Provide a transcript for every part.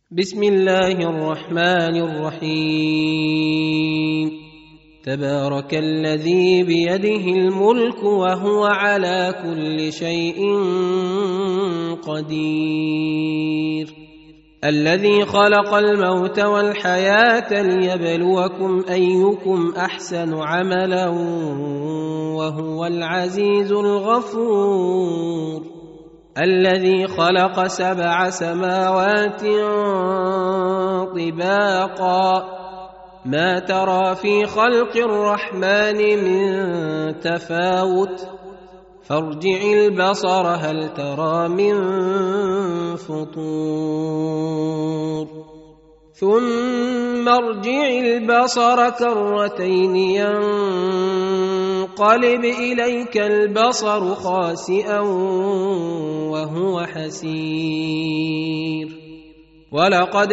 بسم الله الرحمن الرحيم. تبارك الذي بيده الملك وهو على كل شيء قدير. الذي خلق الموت والحياة ليبلوكم أيكم أحسن عملا وهو العزيز الغفور. الذي خلق 7 سماوات طباقا ما ترى في خلق الرحمن من تفاوت فارجع البصر هل ترى من فطور ثم ارجع البصر كرتين ينقلب إليك البصر خاسئا وهو حسير. ولقد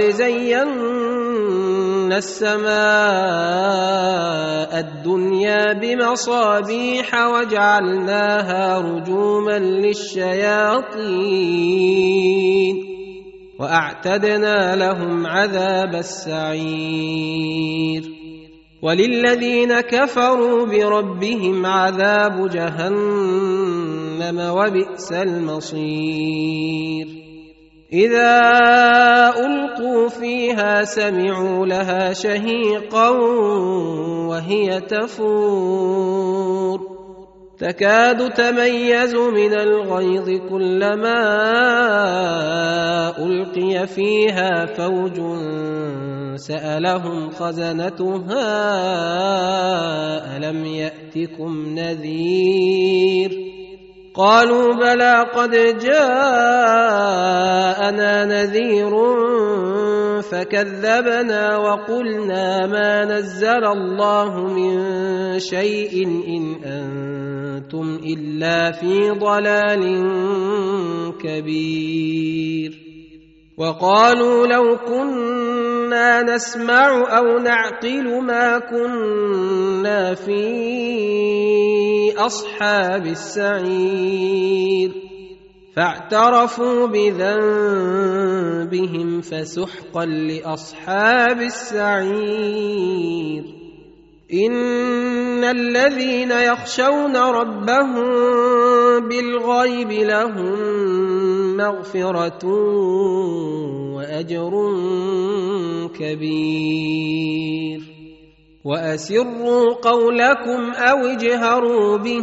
زينا السماء الدنيا بمصابيح وجعلناها رجوما للشياطين وأعتدنا لهم عذاب السعير. وللذين كفروا بربهم عذاب جهنم وبئس المصير. إذا ألقوا فيها سمعوا لها شهيقا وهي تفور تكاد تميز من الغيظ كلما ألقي فيها فوج سألهم خزنتها ألم يأتكم نذير قالوا بلى قد جاءنا نذير فكذبنا وقلنا ما نزل الله من شيء إن أنتم إلا في ضلال كبير. وقالوا لو كنا نسمع أو نعقل ما كنا في أصحاب السعير فاعترفوا بذنبهم فسحقا لأصحاب السعير. إن الذين يخشون ربهم بالغيب لهم مغفرة وأجر كبير. وأسروا قولكم أو اجهروا به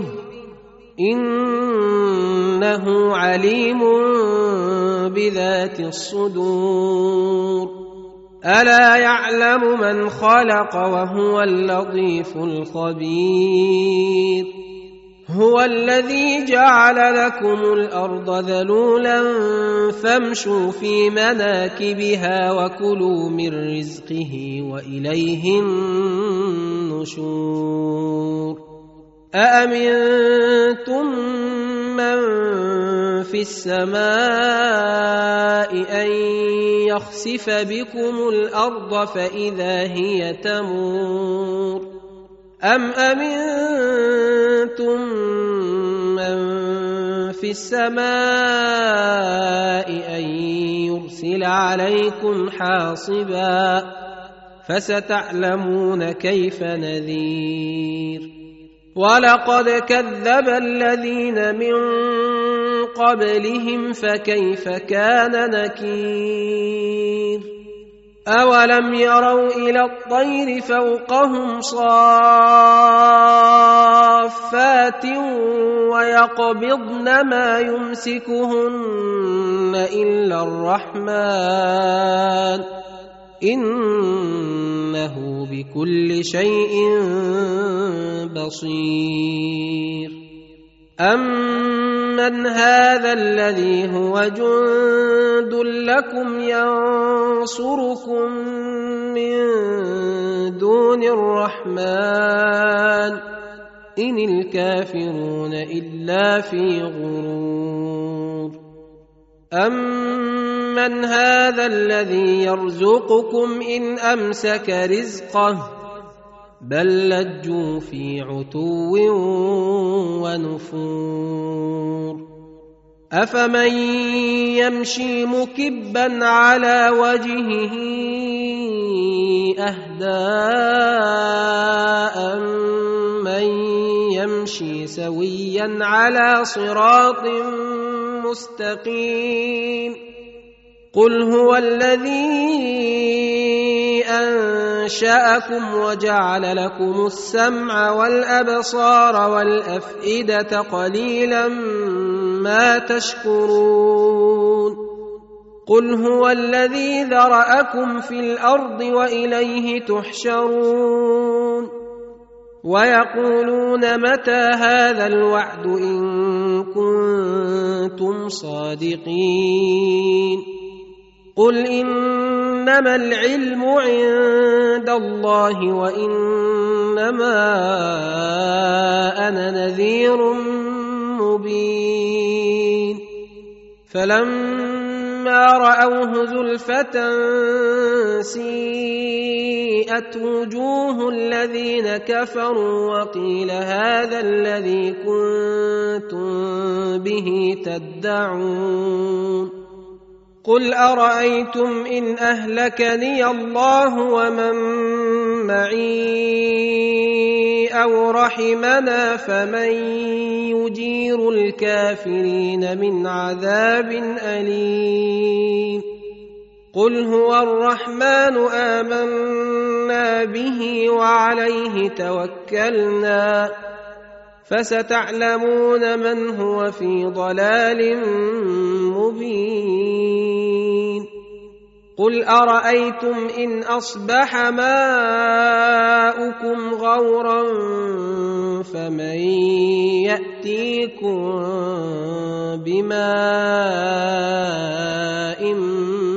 إنه عليم بذات الصدور. ألا يعلم من خلق وهو اللطيف الخبير. هو الذي جعل لكم الأرض ذلولا فامشوا في مناكبها وكلوا من رزقه وإليه النشور. أأمنتم من في السماء أن يخسف بكم الأرض فإذا هي تمور أم أمنتم من في السماء أن يرسل عليكم حاصبا فستعلمون كيف نذير. ولقد كذب الذين من قبلهم فكيف كان نكير. أولم يروا إلى الطير فوقهم صافات ويقبضن ما يمسكهن إلا الرحمن إنه بكل شيء بصير. أمن هذا الذي هو جند لكم ينصركم من دون الرحمن إن الكافرون إلا في غرور. أمن هذا الذي يرزقكم إن أمسك رزقه بل لجوا في عتو ونفور. أفمن يمشي مكبا على وجهه أهدى أمن يمشي سويا على صراط مستقيم قل هو الذي أنشأكم وجعل لكم السمع والأبصار والأفئدة قليلا ما تشكرون قل هو الذي ذرأكم في الأرض وإليه تحشرون ويقولون متى هذا الوعد إن كنتم صادقين قل إنما العلم عند الله وإنما أنا نذير مبين فلما رأوه زلفة سيئت وجوه الذين كفروا وقيل هذا الذي كنتم به تدعون قل أرأيتم إن أهلكني الله ومن معي أو رحمنا فمن يجير الكافرين من عذاب أليم قل هو الرحمن آمنا به وعليه توكلنا فستعلمون من هو في ضلال مبين قل أرأيتم إن أصبح ماؤكم غورا فمن يأتيكم بماء